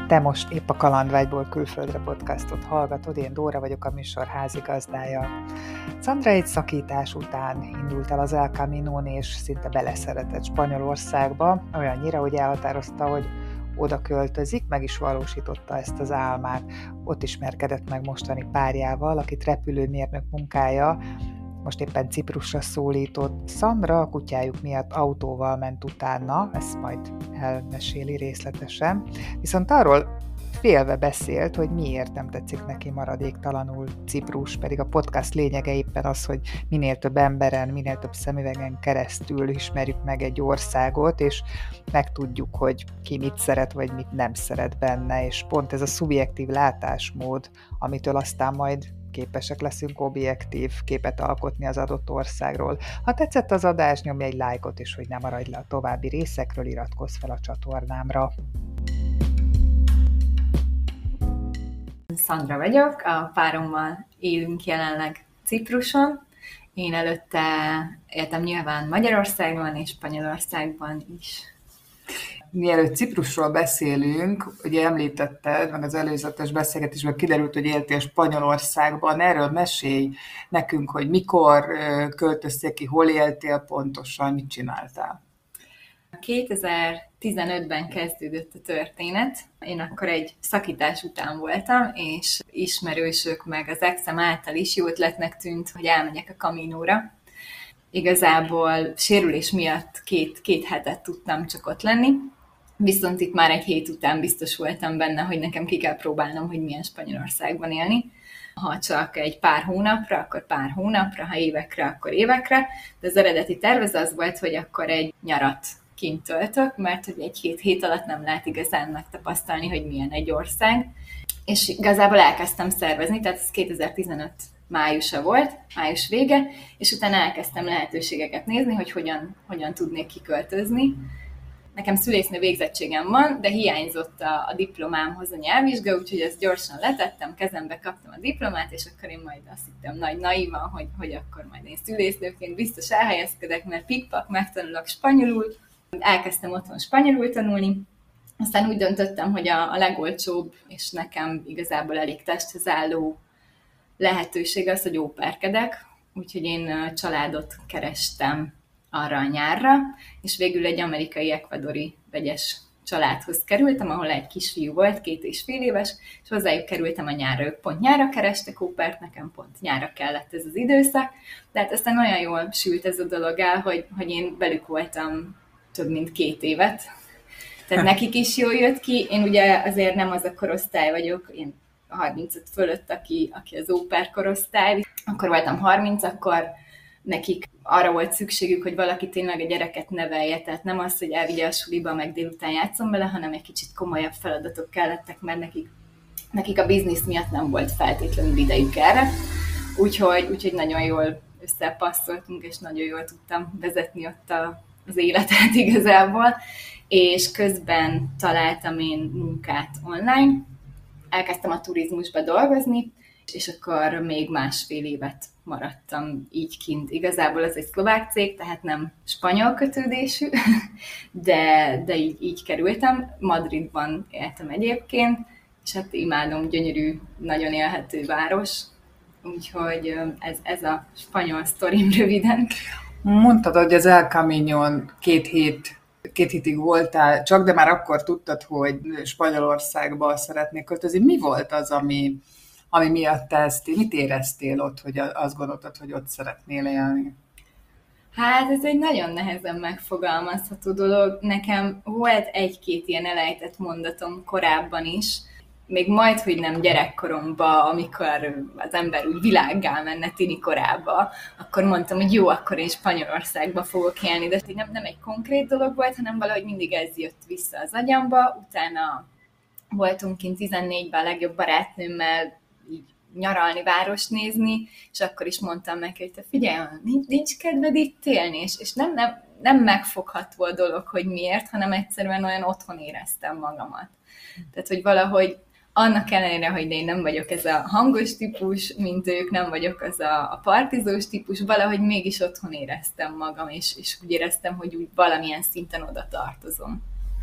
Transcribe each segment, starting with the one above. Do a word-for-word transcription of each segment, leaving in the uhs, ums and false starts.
Te most épp a Kalandvágyból külföldre podcastot hallgatod, én Dóra vagyok, a műsor házigazdája. Szandra egy szakítás után indult el az El Caminón, és szinte beleszeretett Spanyolországba, olyannyira, hogy elhatározta, hogy oda költözik, meg is valósította ezt az álmát. Ott ismerkedett meg mostani párjával, akit repülőmérnök munkája most éppen Ciprusra szólított. Szandra a kutyájuk miatt autóval ment utána, ezt majd elmeséli részletesen, viszont arról félve beszélt, hogy miért nem tetszik neki maradéktalanul Ciprus, pedig a podcast lényege éppen az, hogy minél több emberen, minél több szemüvegen keresztül ismerjük meg egy országot, és megtudjuk, hogy ki mit szeret, vagy mit nem szeret benne, és pont ez a szubjektív látásmód, amitől aztán majd képesek leszünk objektív képet alkotni az adott országról. Ha tetszett az adás, nyomj egy lájkot, és hogy ne maradj le a további részekről, iratkozz fel a csatornámra. Szandra vagyok, a párommal élünk jelenleg Cipruson. Én előtte éltem nyilván Magyarországon és Spanyolországban is. Mielőtt Ciprusról beszélünk, ugye említetted, meg az előzetes beszélgetésben kiderült, hogy éltél Spanyolországban. Erről mesélj nekünk, hogy mikor költöztél ki, hol éltél pontosan, mit csináltál? kétezer-tizenötben kezdődött a történet. Én akkor egy szakítás után voltam, és ismerősök meg az exem által is jó ötletnek tűnt, hogy elmegyek a Caminóra. Igazából sérülés miatt két, két hetet tudtam csak ott lenni, viszont itt már egy hét után biztos voltam benne, hogy nekem ki kell próbálnom, hogy milyen Spanyolországban élni. Ha csak egy pár hónapra, akkor pár hónapra, ha évekre, akkor évekre, de az eredeti tervez az volt, hogy akkor egy nyarat kint töltök, mert hogy egy-két hét alatt nem lehet igazán megtapasztalni, hogy milyen egy ország. És igazából elkezdtem szervezni, tehát ez kétezer-tizenöt májusa volt, május vége, és utána elkezdtem lehetőségeket nézni, hogy hogyan, hogyan tudnék kiköltözni. Nekem szülésznő végzettségem van, de hiányzott a, a diplomámhoz a nyelvvizsga, úgyhogy ezt gyorsan letettem, kezembe kaptam a diplomát, és akkor én majd azt hittem nagy naivan, hogy, hogy akkor majd én szülésznőként biztos elhelyezkedek, mert pikpak, megtanulok spanyolul. Elkezdtem otthon spanyolul tanulni, aztán úgy döntöttem, hogy a, a legolcsóbb, és nekem igazából elég testhez álló lehetőség az, hogy óperkedek, úgyhogy én családot kerestem arra a nyárra, és végül egy amerikai-ekvadori vegyes családhoz kerültem, ahol egy kisfiú volt, két és fél éves, és hozzájuk kerültem a nyárra. Ők pont nyárra kerestek ópert, nekem pont nyárra kellett ez az időszak, de hát aztán olyan jól sült ez a dolog el, hogy, hogy én velük voltam több mint két évet. Tehát nekik is jól jött ki. Én ugye azért nem az a korosztály vagyok, én harmincöt fölött, aki, aki az óper korosztály. Akkor voltam harminc, akkor nekik arra volt szükségük, hogy valaki tényleg a gyereket nevelje, tehát nem az, hogy elvigye a suliba, meg délután játszom vele, hanem egy kicsit komolyabb feladatok kellettek, mert nekik, nekik a biznisz miatt nem volt feltétlenül idejük erre. Úgyhogy, úgyhogy nagyon jól összepasszoltunk, és nagyon jól tudtam vezetni ott a, az életet igazából, és közben találtam én munkát online, elkezdtem a turizmusba dolgozni, és akkor még másfél évet maradtam így kint. Igazából ez egy szlovák cég, tehát nem spanyol kötődésű, de, de így, így kerültem. Madridban éltem egyébként, és hát imádom, gyönyörű, nagyon élhető város, úgyhogy ez, ez a spanyol sztorim röviden. Mondtad, hogy az El Caminón két hét Két hétig voltál csak, de már akkor tudtad, hogy Spanyolországba szeretnék költözni. Mi volt az, ami, ami miatt te ezt, mit éreztél ott, hogy azt gondoltad, hogy ott szeretnél élni? Hát ez egy nagyon nehezen megfogalmazható dolog. Nekem volt egy-két ilyen elejtett mondatom korábban is, még majd, hogy nem gyerekkoromban, amikor az ember úgy világgá menne tini korába, akkor mondtam, hogy jó, akkor én Spanyolországba fogok élni, de nem, nem egy konkrét dolog volt, hanem valahogy mindig ez jött vissza az agyamba. Utána voltunk kint tizennégyben a legjobb barátnőmmel így nyaralni, várost nézni, és akkor is mondtam neki, hogy te figyelj, nincs, nincs kedved itt élni, és, és nem, nem, nem megfogható a dolog, hogy miért, hanem egyszerűen olyan otthon éreztem magamat. Tehát, hogy valahogy annak ellenére, hogy én nem vagyok ez a hangos típus, mint ők, nem vagyok az a, a partizós típus, valahogy mégis otthon éreztem magam, és, és úgy éreztem, hogy úgy valamilyen szinten oda tartozom.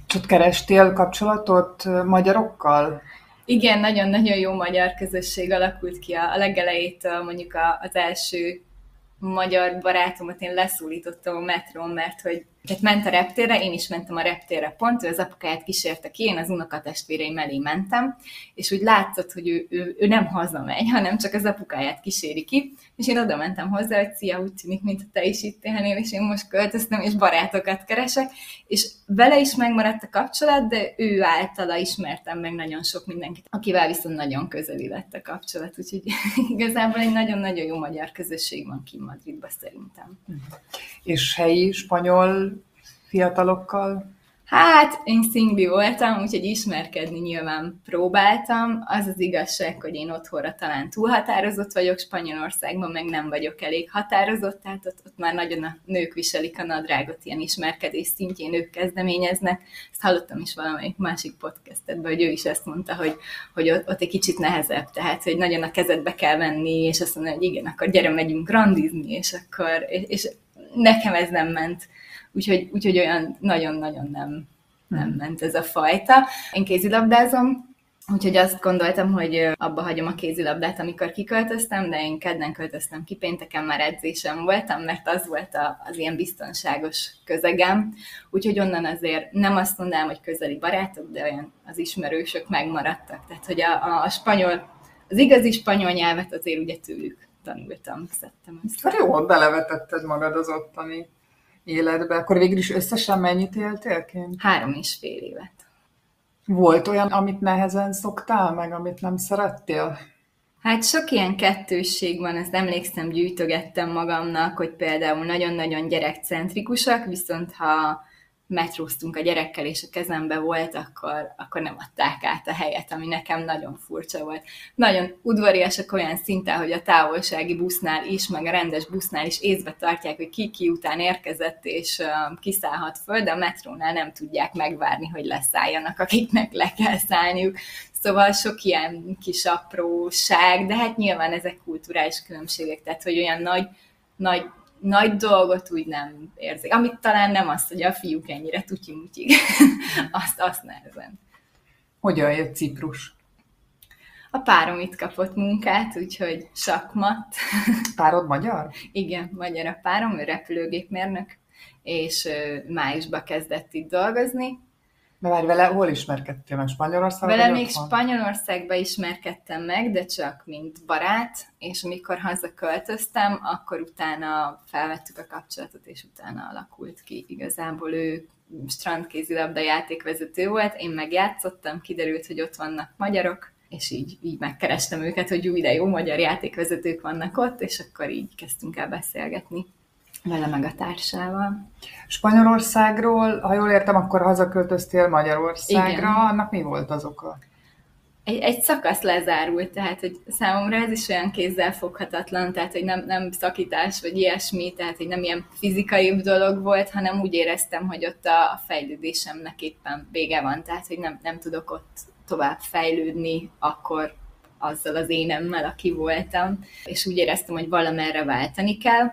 És ott kerestél kapcsolatot magyarokkal? Igen, nagyon-nagyon jó magyar közösség alakult ki a legelejétől, mondjuk az első magyar barátomat én leszólítottam a metrón, mert hogy tehát ment a reptérre, én is mentem a reptérre pont, ő az apukáját kísérte ki, én az unokatestvéreim elé mentem, és úgy látszott, hogy ő, ő, ő nem hazamegy, hanem csak az apukáját kíséri ki, és én oda mentem hozzá, hogy szia, úgy tűnik, mint te is itt élnél, és én most költöztem, és barátokat keresek, és vele is megmaradt a kapcsolat, de ő általa ismertem meg nagyon sok mindenkit, akivel viszont nagyon közeli lett a kapcsolat, úgyhogy igazából egy nagyon-nagyon jó magyar közösség van ki Madridban szerintem. És helyi spanyol fiatalokkal? Hát, én szingli voltam, úgyhogy ismerkedni nyilván próbáltam. Az az igazság, hogy én otthonra talán túlhatározott vagyok, Spanyolországban meg nem vagyok elég határozott, tehát ott, ott már nagyon a nők viselik a nadrágot, ilyen ismerkedés szintjén ők kezdeményeznek. Ezt hallottam is valamelyik másik podcastedben, hogy ő is ezt mondta, hogy, hogy ott, ott egy kicsit nehezebb, tehát hogy nagyon a kezedbe kell venni, és azt mondani, hogy igen, akkor gyere, megyünk randizni, és akkor, és, és nekem ez nem ment. Úgyhogy, úgyhogy olyan nagyon-nagyon nem, nem ment ez a fajta. Én kézilabdázom, úgyhogy azt gondoltam, hogy abba hagyom a kézilabdát, amikor kiköltöztem, de én kedden költöztem ki, pénteken már edzésem voltam, mert az volt a, az ilyen biztonságos közegem. Úgyhogy onnan azért nem azt mondanám, hogy közeli barátok, de olyan az ismerősök megmaradtak. Tehát, hogy a, a, a spanyol, az igazi spanyol nyelvet azért ugye tőlük tanultam, szedtem össze. Hát jó, belevetetted magad az ottani életbe. Akkor végül is összesen mennyit éltél kint? Három és fél évet. Volt olyan, amit nehezen szoktál meg, amit nem szerettél? Hát sok ilyen kettősség van, ezt emlékszem, gyűjtögettem magamnak, hogy például nagyon-nagyon gyerekcentrikusak, viszont ha metróztunk a gyerekkel, és a kezembe volt, akkor, akkor nem adták át a helyet, ami nekem nagyon furcsa volt. Nagyon udvariasak olyan szinten, hogy a távolsági busznál is, meg a rendes busznál is észbe tartják, hogy ki-ki után érkezett, és uh, kiszállhat föl, de a metrónál nem tudják megvárni, hogy leszálljanak, akiknek le kell szállniuk. Szóval sok ilyen kis apróság, de hát nyilván ezek kulturális különbségek, tehát hogy olyan nagy, nagy nagy dolgot úgy nem érzik. Amit talán nem az, hogy a fiúk ennyire tutyi-mutyig. azt, azt nehezen. Hogyan jött Ciprus? A párom itt kapott munkát, úgyhogy sakmat. Párod magyar? Igen, magyar a párom, ő repülőgépmérnök, és májusban kezdett itt dolgozni. De várj, vele hol ismerkedtél meg? Spanyolországban? Vele még Spanyolországban ismerkedtem meg, de csak mint barát, és amikor hazaköltöztem, akkor utána felvettük a kapcsolatot, és utána alakult ki. Igazából ő strandkézilabda játékvezető volt, én megjátszottam, kiderült, hogy ott vannak magyarok, és így, így megkerestem őket, hogy jó, ide jó magyar játékvezetők vannak ott, és akkor így kezdtünk el beszélgetni vele meg a társával. Spanyolországról, ha jól értem, akkor hazaköltöztél Magyarországra. Igen. Annak mi volt az oka? Egy, egy szakasz lezárult, tehát hogy számomra ez is olyan kézzel foghatatlan, tehát hogy nem, nem szakítás vagy ilyesmi, tehát hogy nem ilyen fizikai dolog volt, hanem úgy éreztem, hogy ott a, a fejlődésemnek éppen vége van, tehát hogy nem, nem tudok ott tovább fejlődni akkor azzal az énemmel, aki voltam, és úgy éreztem, hogy valamerre váltani kell.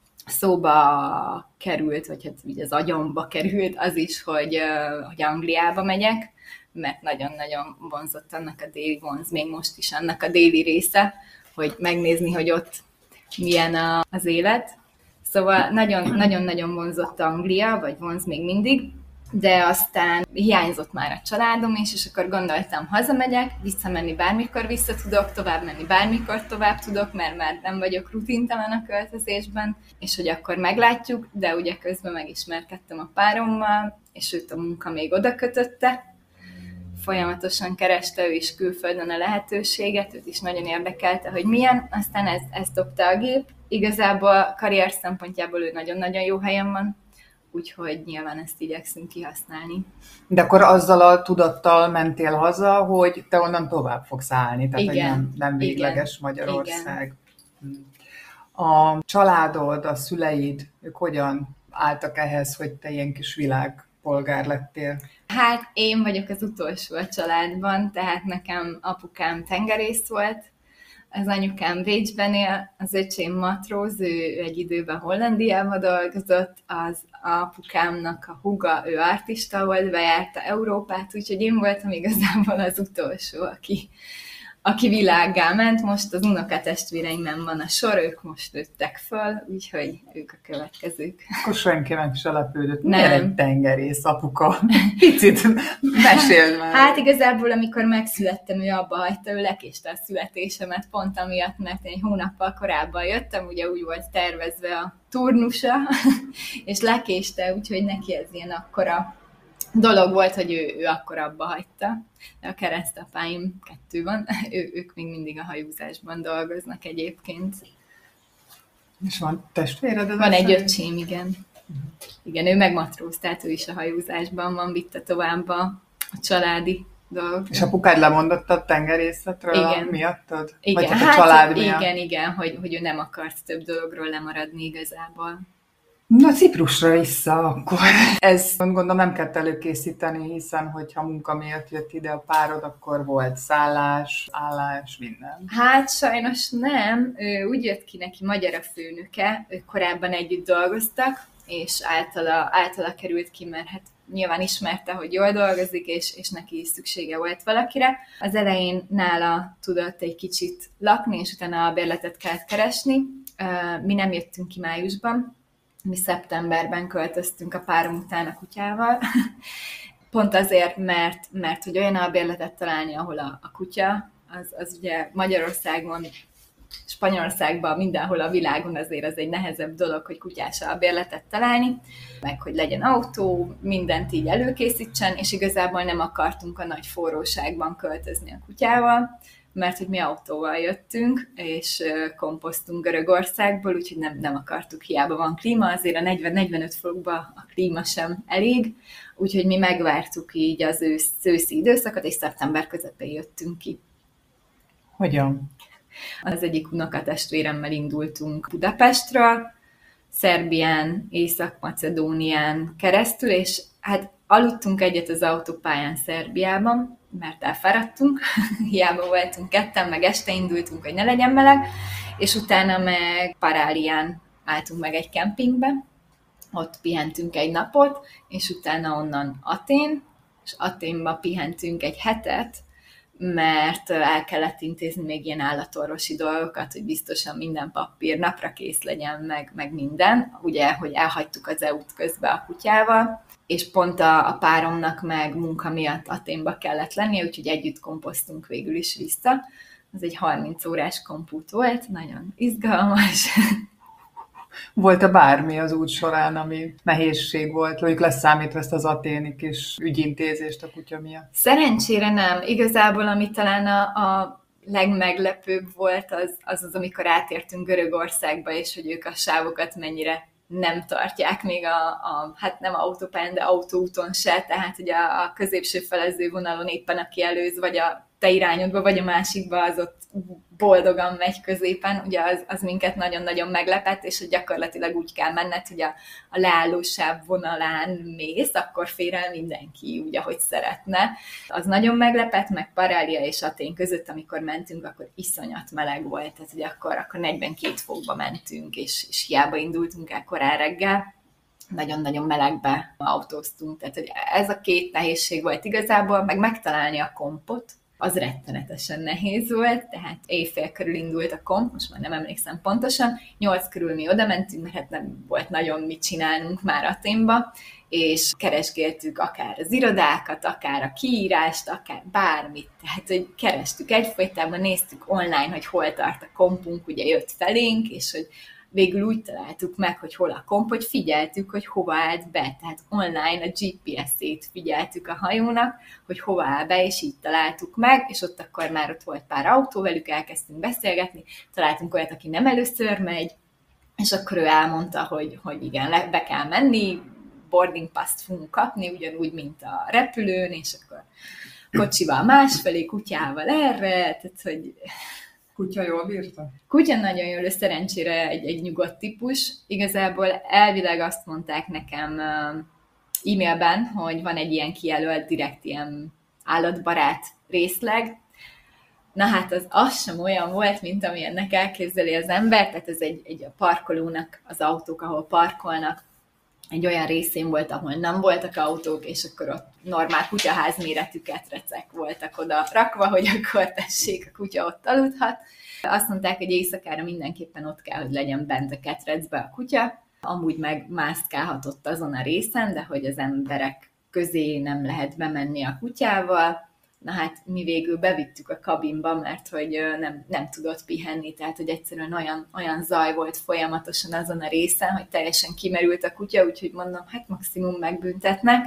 Szóba került, vagy hát így az agyamba került az is, hogy, hogy Angliába megyek, mert nagyon-nagyon vonzott annak a déli vonz, még most is annak a déli része, hogy megnézni, hogy ott milyen a, az élet. Szóval nagyon-nagyon vonzott Anglia, vagy vonz még mindig, de aztán hiányzott már a családom is, és akkor gondoltam, hazamegyek, visszamenni bármikor vissza tudok, tovább menni bármikor tovább tudok, mert már nem vagyok rutintalan a költözésben, és hogy akkor meglátjuk, de ugye közben megismerkedtem a párommal, és őt a munka még oda kötötte. Folyamatosan kereste ő is külföldön a lehetőséget, őt is nagyon érdekelte, hogy milyen, aztán ez, ez dobta a gép. Igazából karrier szempontjából ő nagyon-nagyon jó helyen van, úgyhogy nyilván ezt igyekszünk kihasználni. De akkor azzal a tudattal mentél haza, hogy te onnan tovább fogsz állni, tehát igen, nem, nem végleges igen, Magyarország. Igen. A családod, a szüleid, ők hogyan álltak ehhez, hogy te ilyen kis világpolgár lettél? Hát én vagyok az utolsó a családban, tehát nekem apukám tengerész volt, az anyukám Bécsben él, az öcsém matróz, ő egy időben Hollandiában dolgozott, az apukámnak a húga, ő artista volt, bejárta Európát, úgyhogy én voltam igazából az utolsó, aki, aki világgá ment. Most az unokatestvéreimben van a sor, ők most nőttek föl, úgyhogy ők a következők. Akkor senki meg se lepődött. Nem. Miért egy tengerész, apuka? Picit meséld már. Hát igazából, amikor megszülettem, ő abba hagyta, ő lekéste a születésemet pont amiatt, mert én egy hónappal korábban jöttem, ugye úgy volt tervezve a turnusa, és lekéste, úgyhogy neki ez ilyen akkora dolog volt, hogy ő, ő akkor abba hagyta. De a keresztapáim kettő van, ő, ők még mindig a hajózásban dolgoznak egyébként. És van testvéred? Van egy öcsém, igen. Igen, ő meg matróz, tehát ő is a hajózásban van, vitte tovább a, a családi dolgok. És apukád lemondott a tengerészetről igen. miattad? Igen, Vagy hát a hát család miatt? igen, igen, hogy, hogy ő nem akart több dologról lemaradni igazából. Na, Ciprusra vissza akkor. Ez gondolom nem kellett előkészíteni, hiszen hogyha munka miatt jött ide a párod, akkor volt szállás, állás, minden. Hát sajnos nem. Ő úgy jött ki neki magyar a főnöke, ők korábban együtt dolgoztak, és általa, általa került ki, mert hát nyilván ismerte, hogy jól dolgozik, és, és neki is szüksége volt valakire. Az elején nála tudott egy kicsit lakni, és utána a bérletet kellett keresni. Mi nem jöttünk ki májusban, mi szeptemberben költöztünk a párom után a kutyával. Pont azért, mert, mert hogy olyan albérletet találni, ahol a, a kutya, az, az ugye Magyarországon, Spanyolországban, mindenhol a világon azért az egy nehezebb dolog, hogy kutyás albérletet találni, meg hogy legyen autó, mindent így előkészítsen, és igazából nem akartunk a nagy forróságban költözni a kutyával, mert hogy mi autóval jöttünk, és komposztunk Görögországból, úgyhogy nem, nem akartuk, hiába van klíma, azért a negyven-negyvenöt fokban a klíma sem elég, úgyhogy mi megvártuk így az ősz, őszi időszakot, és szeptember közepén jöttünk ki. Hogyan? Az egyik unokatestvéremmel indultunk Budapestről, Szerbián, Észak-Macedónián keresztül, és hát aludtunk egyet az autópályán Szerbiában, mert elfáradtunk, hiába voltunk ketten, meg este indultunk, hogy ne legyen meleg, és utána meg Parálián álltunk meg egy kempingbe, ott pihentünk egy napot, és utána onnan Atén, és Aténba pihentünk egy hetet, mert el kellett intézni még ilyen állatorvosi dolgokat, hogy biztosan minden papír napra kész legyen, meg, meg minden. Ugye, hogy elhagytuk az é út közben a kutyával, és pont a, a páromnak meg munka miatt Aténba kellett lennie, úgyhogy együtt komposztunk végül is vissza. Ez egy harminc órás kompút volt, nagyon izgalmas. Volt-e bármi az út során, ami nehézség volt, mondjuk leszámítva ezt az aténi kis ügyintézést a kutya miatt? Szerencsére nem. Igazából, ami talán a, a legmeglepőbb volt, az, az az, amikor átértünk Görögországba, és hogy ők a sávokat mennyire nem tartják még a, a hát nem autópályán, de autóúton se, tehát ugye a, a középső felező vonalon éppen aki előz, vagy a te irányodba, vagy a másikba, az ott boldogan megy középen, ugye az, az minket nagyon-nagyon meglepett, és hogy gyakorlatilag úgy kell menned, hogy a, a leállósáv vonalán mész, akkor fér el mindenki úgy, ahogy szeretne. Az nagyon meglepett, meg Parália és Atén között, amikor mentünk, akkor iszonyat meleg volt, tehát ugye akkor, akkor negyvenkét fokba mentünk, és, és hiába indultunk el korán reggel, nagyon-nagyon melegbe autóztunk, tehát hogy ez a két nehézség volt igazából, meg megtalálni a kompot, az rettenetesen nehéz volt, tehát éjfél körül indult a komp, most már nem emlékszem pontosan, nyolc körül mi oda mentünk, mert hát nem volt nagyon mit csinálnunk már Athénba, és keresgéltük akár az irodákat, akár a kiírást, akár bármit, tehát hogy kerestük egyfolytában, néztük online, hogy hol tart a kompunk, ugye jött felénk, és hogy végül úgy találtuk meg, hogy hol a komp, hogy figyeltük, hogy hova állt be. Tehát online a gé pé es-ét figyeltük a hajónak, hogy hova áll be, és így találtuk meg, és ott akkor már ott volt pár autó, velük elkezdtünk beszélgetni, találtunk olyat, aki nem először megy, és akkor ő elmondta, hogy, hogy igen, le, be kell menni, boarding pass-t fogunk kapni, ugyanúgy, mint a repülőn, és akkor kocsival másfelé, kutyával erre, tehát hogy... Kutya jól bírta? Kutya nagyon jól, szerencsére egy, egy nyugodt típus. Igazából elvileg azt mondták nekem e-mailben, hogy van egy ilyen kijelölt, direkt ilyen állatbarát részleg. Na hát az, az sem olyan volt, mint amilyennek elképzeli az ember, tehát ez egy, egy a parkolónak, az autók, ahol parkolnak, egy olyan részén volt, ahol nem voltak autók, és akkor ott normál kutyaház méretű ketrecek voltak oda rakva, hogy akkor tessék, a kutya ott aludhat. Azt mondták, hogy éjszakára mindenképpen ott kell, hogy legyen bent a ketrecbe a kutya, amúgy meg mászkálhatott azon a részen, de hogy az emberek közé nem lehet bemenni a kutyával. Na hát mi végül bevittük a kabinba, mert hogy nem, nem tudott pihenni, tehát hogy egyszerűen olyan, olyan zaj volt folyamatosan azon a részen, hogy teljesen kimerült a kutya, úgyhogy mondom, hát maximum megbüntetnek.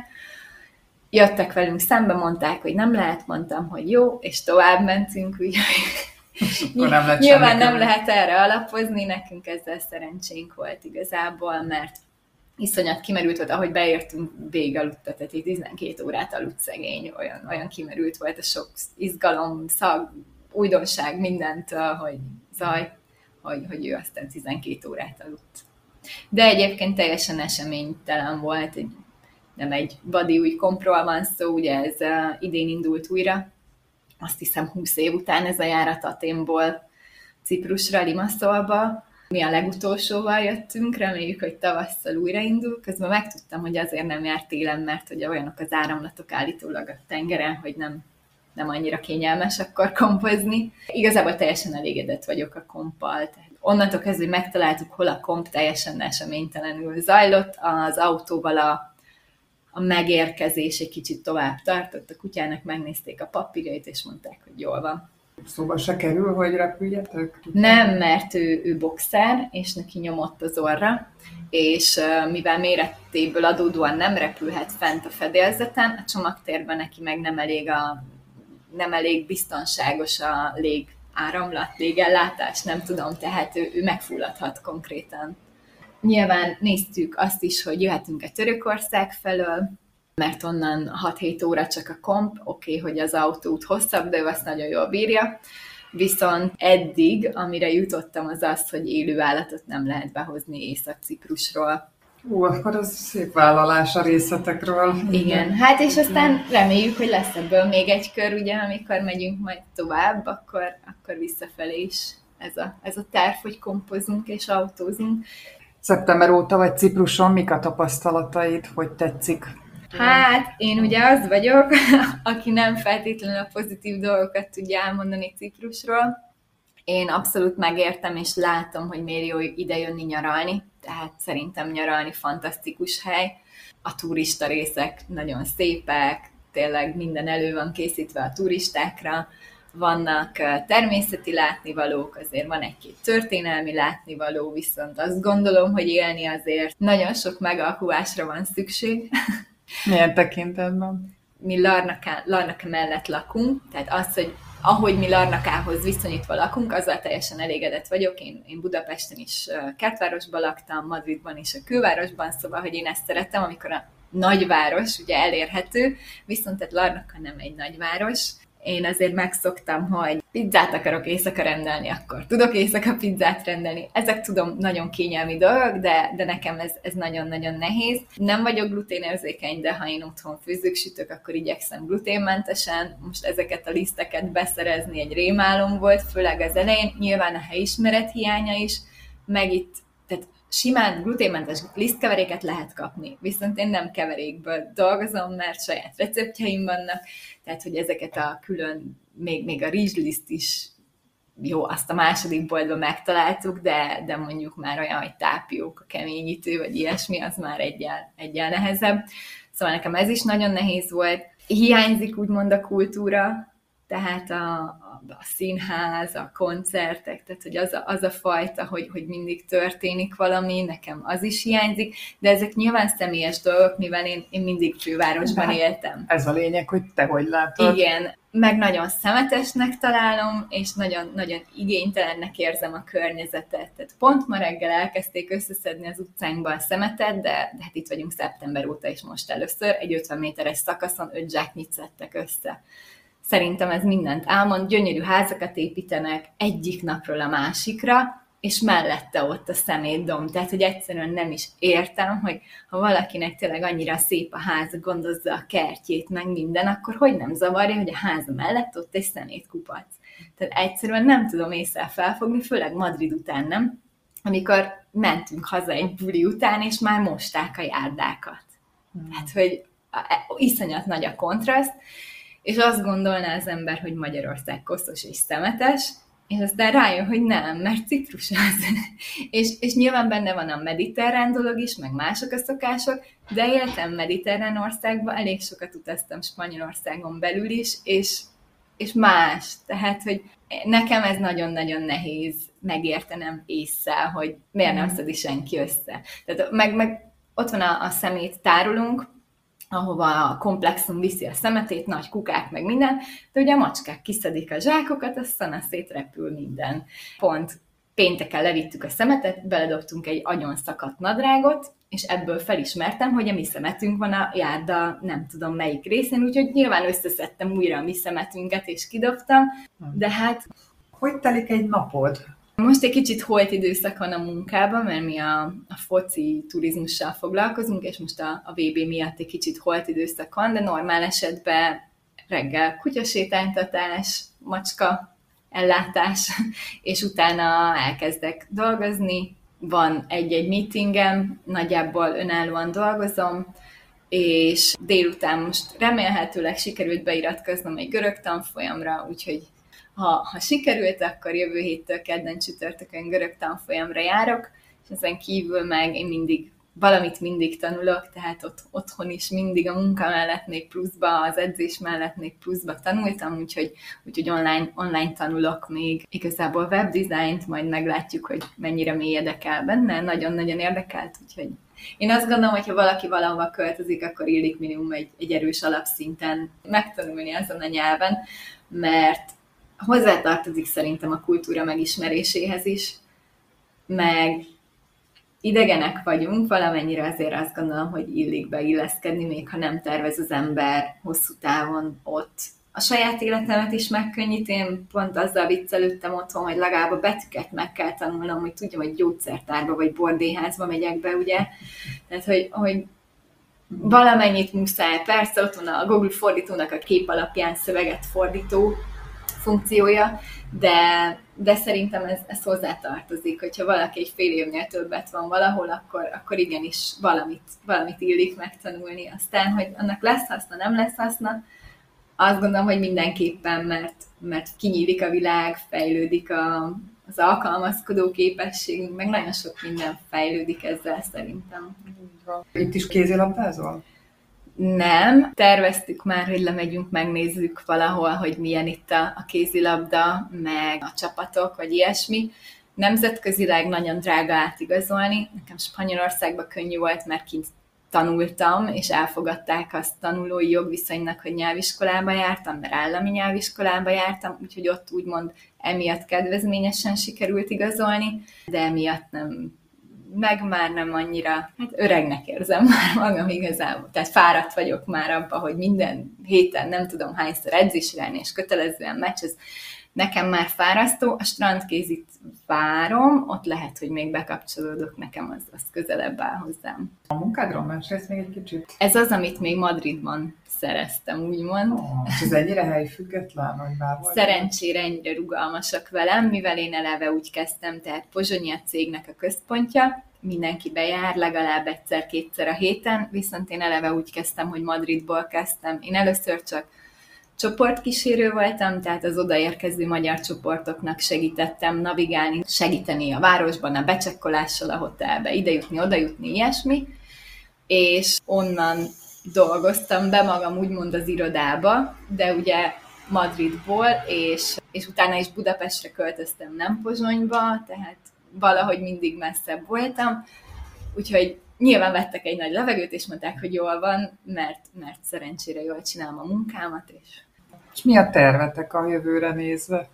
Jöttek velünk szembe, mondták, hogy nem lehet, mondtam, hogy jó, és tovább mentünk, úgyhogy nem nyilván nem lehet erre alapozni, nekünk ezzel szerencsénk volt igazából, mert iszonyat kimerült volt, ahogy beértünk, végig aludta, tehát így tizenkét órát aludt szegény, olyan, olyan kimerült volt a sok izgalom, szag, újdonság, mindent, hogy zaj, hogy, hogy ő aztán tizenkét órát aludt. De egyébként teljesen eseménytelen volt, egy, nem egy vadi új kompról van szó, ugye ez uh, idén indult újra, azt hiszem húsz év után ez a járat Athénból Ciprusra, Limasszolba. Mi a legutolsóval jöttünk, reméljük, hogy tavasszal újraindul. Közben megtudtam, hogy azért nem járt télen, mert hogy olyanok az áramlatok állítólag a tengeren, hogy nem, nem annyira kényelmes akkor kompozni. Igazából teljesen elégedett vagyok a komppal. Tehát onnantól kezdve, hogy megtaláltuk, hol a komp, teljesen eseménytelenül zajlott. Az autóval a, a megérkezés egy kicsit tovább tartott. A kutyának megnézték a papírjait, és mondták, hogy jól van. Szóval se kerül, hogy repüljetek? Nem, mert ő, ő boxer, és neki nyomott az orra, és uh, mivel méretéből adódóan nem repülhet fent a fedélzeten, a csomagtérben neki meg nem elég, a, nem elég biztonságos a légáramlat, légellátás, nem tudom, tehát ő, ő megfulladhat konkrétan. Nyilván néztük azt is, hogy jöhetünk-e Törökország felől, mert onnan hat-hét óra csak a komp, oké, okay, hogy az autóút hosszabb, de ő azt nagyon jól bírja. Viszont eddig, amire jutottam, az az, hogy élő állatot nem lehet behozni Észak-Ciprusról. Ú, akkor az szép vállalás a részletekről. Igen, hát és aztán reméljük, hogy lesz ebből még egy kör, ugye, amikor megyünk majd tovább, akkor, akkor visszafelé is ez a, ez a terv, hogy kompozunk és autózunk. Szeptember óta vagy Cipruson, mik a tapasztalataid, hogy tetszik? Hát, én ugye az vagyok, aki nem feltétlenül a pozitív dolgokat tudja elmondani Ciprusról. Én abszolút megértem, és látom, hogy miért jó ide jönni nyaralni. Tehát szerintem nyaralni fantasztikus hely. A turista részek nagyon szépek, tényleg minden elő van készítve a turistákra. Vannak természeti látnivalók, azért van egy-két történelmi látnivaló, viszont azt gondolom, hogy élni azért nagyon sok megalkuvásra van szükség. Milyen tekintetben? Mi Larnaca, Larnaca mellett lakunk, tehát az, hogy ahogy mi Larnacához viszonyítva lakunk, azzal teljesen elégedett vagyok. Én, én Budapesten is kertvárosban laktam, Madridban is a külvárosban, szóval, hogy én ezt szeretem, amikor a nagyváros ugye elérhető, viszont tehát Larnaca nem egy nagyváros. Én azért megszoktam, hogy pizzát akarok éjszaka rendelni, akkor tudok éjszaka pizzát rendelni. Ezek tudom nagyon kényelmi dolgok, de, de nekem ez, ez nagyon-nagyon nehéz. Nem vagyok gluténérzékeny, de ha én otthon főzök, sütök, akkor igyekszem gluténmentesen. Most ezeket a liszteket beszerezni egy rémálom volt, főleg az elején. Nyilván a helyismeret hiánya is, meg itt, tehát simán gluténmentes lisztkeveréket lehet kapni, viszont én nem keverékből dolgozom, mert saját receptjeim vannak, tehát hogy ezeket a külön, még, még a rizsliszt is, jó, azt a második boltban megtaláltuk, de, de mondjuk már olyan, hogy tápiók, a keményítő, vagy ilyesmi, az már egyel, egyel nehezebb. Szóval nekem ez is nagyon nehéz volt. Hiányzik úgymond a kultúra, tehát a, a, a színház, a koncertek, tehát hogy az a, az a fajta, hogy, hogy mindig történik valami, nekem az is hiányzik, de ezek nyilván személyes dolgok, mivel én, én mindig fővárosban éltem. Ez a lényeg, hogy te hogy látod. Igen, meg nagyon szemetesnek találom, és nagyon, nagyon igénytelennek érzem a környezetet. Tehát pont ma reggel elkezdték összeszedni az utcánkban a szemetet, de, de hát itt vagyunk szeptember óta, és most először egy ötven méteres szakaszon öt zsáknyit szedtek össze. Szerintem ez mindent elmond, gyönyörű házakat építenek egyik napról a másikra, és mellette ott a szemétdom. Tehát, hogy egyszerűen nem is értem, hogy ha valakinek tényleg annyira szép a háza, gondozza a kertjét, meg minden, akkor hogy nem zavarja, hogy a háza mellett ott egy szemétkupac. Tehát egyszerűen nem tudom észre felfogni, főleg Madrid után nem, amikor mentünk haza egy buli után, és már mosták a járdákat. Hmm. Tehát, hogy iszonyat nagy a kontraszt, és azt gondolná az ember, hogy Magyarország koszos és szemetes, és aztán rájön, hogy nem, mert citrus az. és, és nyilván benne van a mediterrán dolog is, meg mások a szokások, de éltem mediterrán országban, elég sokat utaztam Spanyolországon belül is, és, és más. Tehát, hogy nekem ez nagyon-nagyon nehéz megértenem ésszel, hogy miért nem szedi senki össze. Tehát meg, meg ott van a, a szemét tárolunk, ahova a komplexum viszi a szemetét, nagy kukák, meg minden, de ugye a macskák kiszedik a zsákokat, aztán a szétrepül minden. Pont pénteken levittük a szemetet, beledobtunk egy agyon szakadt nadrágot, és ebből felismertem, hogy a mi szemetünk van a járda nem tudom melyik részén, úgyhogy nyilván összeszedtem újra a mi szemetünket, és kidobtam, de hát... Hogy telik egy napod? Most egy kicsit holt időszak van a munkában, mert mi a, a foci turizmussal foglalkozunk, és most a, a vé bé miatt egy kicsit holt időszak van, de normál esetben reggel kutyasétáltatás, macska ellátás, és utána elkezdek dolgozni. Van egy-egy meetingem, nagyjából önállóan dolgozom, és délután most remélhetőleg sikerült beiratkoznom egy görög tanfolyamra, úgyhogy Ha, ha sikerült, akkor jövő héttől kedden csütörtökön görög tanfolyamra járok, és ezen kívül meg én mindig, valamit mindig tanulok, tehát ott, otthon is mindig a munka mellett még pluszba, az edzés mellett még pluszba tanultam, úgyhogy, úgyhogy online, online tanulok még igazából webdesignt, majd meglátjuk, hogy mennyire mélyedek el benne, nagyon-nagyon érdekelt, úgyhogy én azt gondolom, hogy ha valaki valahova költözik, akkor illik minimum egy, egy erős alapszinten megtanulni azon a nyelven, mert hozzátartozik szerintem a kultúra megismeréséhez is, meg idegenek vagyunk, valamennyire azért azt gondolom, hogy illik beilleszkedni, még ha nem tervez az ember hosszú távon ott. A saját életemet is megkönnyít, én pont azzal viccelődtem otthon, hogy legalább a betűket meg kell tanulnom, hogy tudjam, hogy gyógyszertárba vagy bordéházba megyek be, ugye? Tehát, hogy, hogy valamennyit muszáj, persze ott van a Google fordítónak a kép alapján szöveget fordító funkciója, de, de szerintem ez, ez hozzátartozik, hogyha valaki egy fél évnél többet van valahol, akkor, akkor igenis valamit, valamit illik megtanulni. Aztán, hogy annak lesz haszna, nem lesz haszna, azt gondolom, hogy mindenképpen, mert, mert kinyílik a világ, fejlődik a, az alkalmazkodó képességünk, meg nagyon sok minden fejlődik ezzel szerintem. Itt is kézilabdázol? Nem. Terveztük már, hogy lemegyünk, megnézzük valahol, hogy milyen itt a, a kézilabda, meg a csapatok, vagy ilyesmi. Nemzetközileg nagyon drága átigazolni. Nekem Spanyolországban könnyű volt, mert kint tanultam, és elfogadták azt tanulói jogviszonynak, hogy nyelviskolába jártam, mert állami nyelviskolába jártam, úgyhogy ott úgymond emiatt kedvezményesen sikerült igazolni, de emiatt nem, meg már nem annyira, hát öregnek érzem már magam igazából. Tehát fáradt vagyok már abba, hogy minden héten nem tudom hányszor edzésre és kötelezően meccs, ez nekem már fárasztó. A strandkézit várom, ott lehet, hogy még bekapcsolódok, nekem az, az közelebb áll hozzám. A munkádról mesélsz még egy kicsit? Ez az, amit még Madridban szereztem, úgymond. Oh, és ez ennyire helyfüggetlen, hogy bár volt? Szerencsére ennyire rugalmasak velem, mivel én eleve úgy kezdtem, tehát Pozsonyi a cégnek a központja, mindenki bejár legalább egyszer-kétszer a héten, viszont én eleve úgy kezdtem, hogy Madridból kezdtem. Én először csak csoportkísérő voltam, tehát az odaérkező magyar csoportoknak segítettem navigálni, segíteni a városban, a becsekkolással, a hotelbe, idejutni, odajutni, ilyesmi, és onnan dolgoztam be magam úgymond az irodába, de ugye Madridból, és, és utána is Budapestre költöztem, nem Pozsonyba, tehát valahogy mindig messzebb voltam, úgyhogy nyilván vettek egy nagy levegőt, és mondták, hogy jól van, mert, mert szerencsére jól csinálom a munkámat. És... és mi a tervetek a jövőre nézve?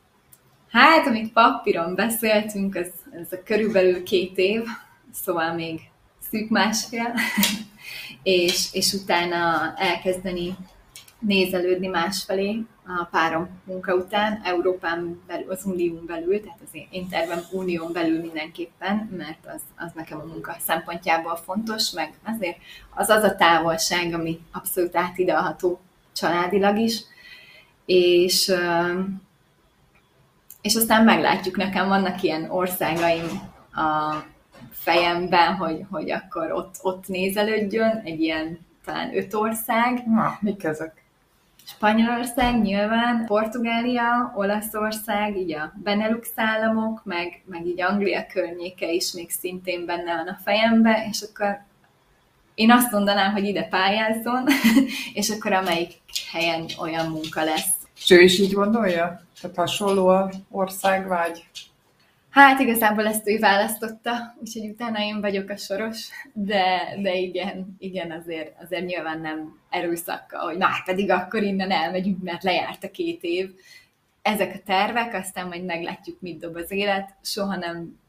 Hát, amit papíron beszéltünk, ez, ez a körülbelül két év, szóval még szűk másfél, és, és utána elkezdeni nézelődni másfelé a párom munka után, Európán belül, az unión belül, tehát az én tervem unión belül mindenképpen, mert az, az nekem a munka szempontjából fontos, meg azért az az a távolság, ami abszolút átidalható családilag is, és, és aztán meglátjuk, nekem vannak ilyen országaim a fejemben, hogy, hogy akkor ott, ott nézelődjön, egy ilyen talán öt ország. Na, mik ezek? Spanyolország nyilván, Portugália, Olaszország, így a Benelux államok, meg, meg így Anglia környéke is még szintén benne van a fejembe, és akkor én azt mondanám, hogy ide pályázzon, és akkor amelyik helyen olyan munka lesz. És ő is így gondolja? Tehát hasonló a országvágy? Hát igazából ezt ő választotta, úgyhogy utána én vagyok a soros, de, de igen, igen azért, azért nyilván nem erőszakkal, hogy már pedig akkor innen elmegyünk, mert lejárt a két év. Ezek a tervek, aztán majd meglátjuk, mit dob az élet. Soha nem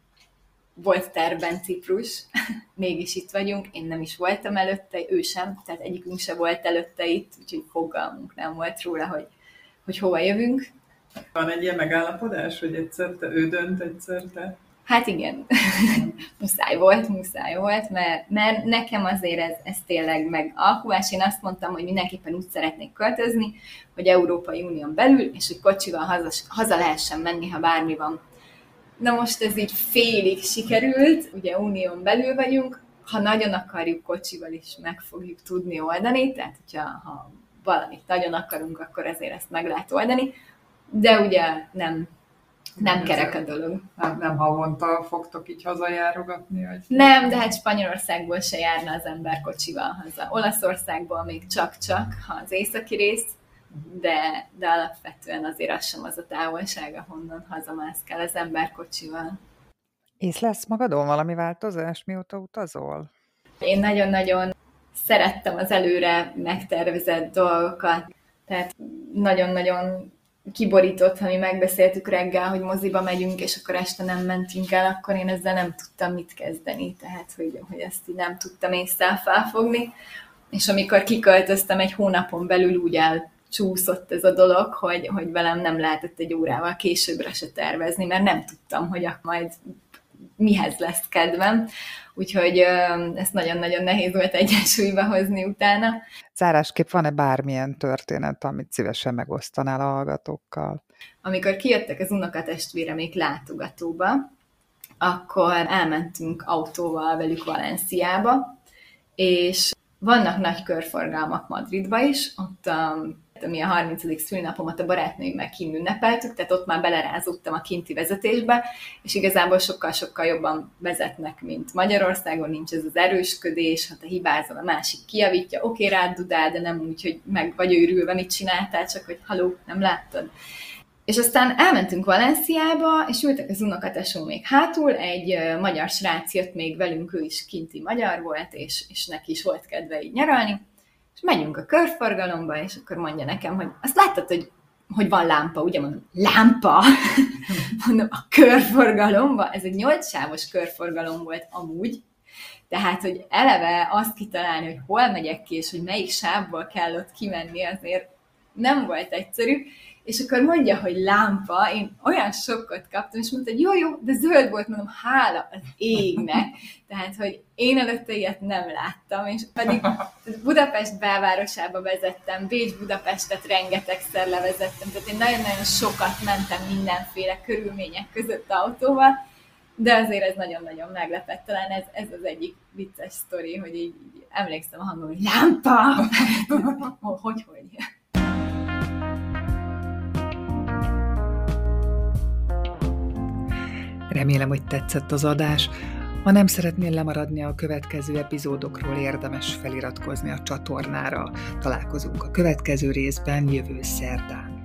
volt tervben Ciprus, mégis itt vagyunk, én nem is voltam előtte, ő sem, tehát egyikünk se volt előtte itt, úgyhogy fogalmunk nem volt róla, hogy, hogy hova jövünk. Van egy ilyen megállapodás, hogy egyszer te, ő dönt, egyszer te? Hát igen, muszáj volt, muszáj volt, mert, mert nekem azért ez, ez tényleg megalkulás. Én azt mondtam, hogy mindenképpen úgy szeretnék költözni, hogy Európai Unión belül, és hogy kocsival haza, haza lehessen menni, ha bármi van. Na most ez így félig sikerült, ugye unión belül vagyunk, ha nagyon akarjuk, kocsival is meg fogjuk tudni oldani, tehát hogyha ha valamit nagyon akarunk, akkor ezért ezt meg lehet oldani, de ugye nem, nem kerek a dolog. Nem, nem havonta fogtok így hazajárogatni? Vagy... Nem, de hát Spanyolországból se járna az ember kocsival haza. Olaszországból még csak-csak, ha az északi rész, de, de alapvetően azért az sem az a távolság, ahonnan hazamászkál az ember kocsival. És lesz magadon valami változás, mióta utazol? Én nagyon-nagyon szerettem az előre megtervezett dolgokat, tehát nagyon-nagyon kiborított, ha mi megbeszéltük reggel, hogy moziba megyünk, és akkor este nem mentünk el, akkor én ezzel nem tudtam mit kezdeni, tehát hogy, hogy ezt így nem tudtam észre felfogni. És amikor kiköltöztem, egy hónapon belül úgy elcsúszott ez a dolog, hogy, hogy velem nem lehetett egy órával későbbre se tervezni, mert nem tudtam, hogy majd mihez lesz kedvem. Úgyhogy ezt nagyon-nagyon nehéz volt egyensúlyba hozni utána. Zárásképp van-e bármilyen történet, amit szívesen megosztanál a hallgatókkal? Amikor kijöttek az unokatestvéremék látogatóba, akkor elmentünk autóval velük Valenciába, és vannak nagy körforgalmak Madridba is, ott a ami a harmincadik szülinapomat a barátnőimmel kint ünnepeltük, tehát ott már belerázódtam a kinti vezetésbe, és igazából sokkal-sokkal jobban vezetnek, mint Magyarországon, nincs ez az erősködés, ha te hibázol, a másik kijavítja, oké, rád dudál, de nem úgy, hogy meg vagy őrülve, mit csináltál, csak hogy haló, nem láttad. És aztán elmentünk Valenciába, és ültek az unokatesó még hátul, egy magyar srác jött még velünk, ő is kinti magyar volt, és, és neki is volt kedve így nyaralni, és megyünk a körforgalomba, és akkor mondja nekem, hogy azt láttad, hogy, hogy van lámpa, ugye mondom, lámpa? Mondom, a körforgalomba, ez egy nyolcsávos körforgalom volt amúgy, tehát, hogy eleve azt kitalálni, hogy hol megyek ki, és hogy melyik sávból kell ott kimenni, azért nem volt egyszerű, és akkor mondja, hogy lámpa, én olyan sokkot kaptam, és mondta, hogy jó, jó, de zöld volt, mondom, hála az égnek. Tehát, hogy én előtte ilyet nem láttam, és pedig Budapest belvárosába vezettem, Bécs-Budapestet rengetegszer levezettem, tehát én nagyon-nagyon sokat mentem mindenféle körülmények között autóval, de azért ez nagyon-nagyon meglepett. Talán ez, ez az egyik vicces sztori, hogy így, így emlékszem a hangon, hogy lámpa! hogy, hogy? Remélem, hogy tetszett az adás. Ha nem szeretnél lemaradni a következő epizódokról, érdemes feliratkozni a csatornára. Találkozunk a következő részben jövő szerdán.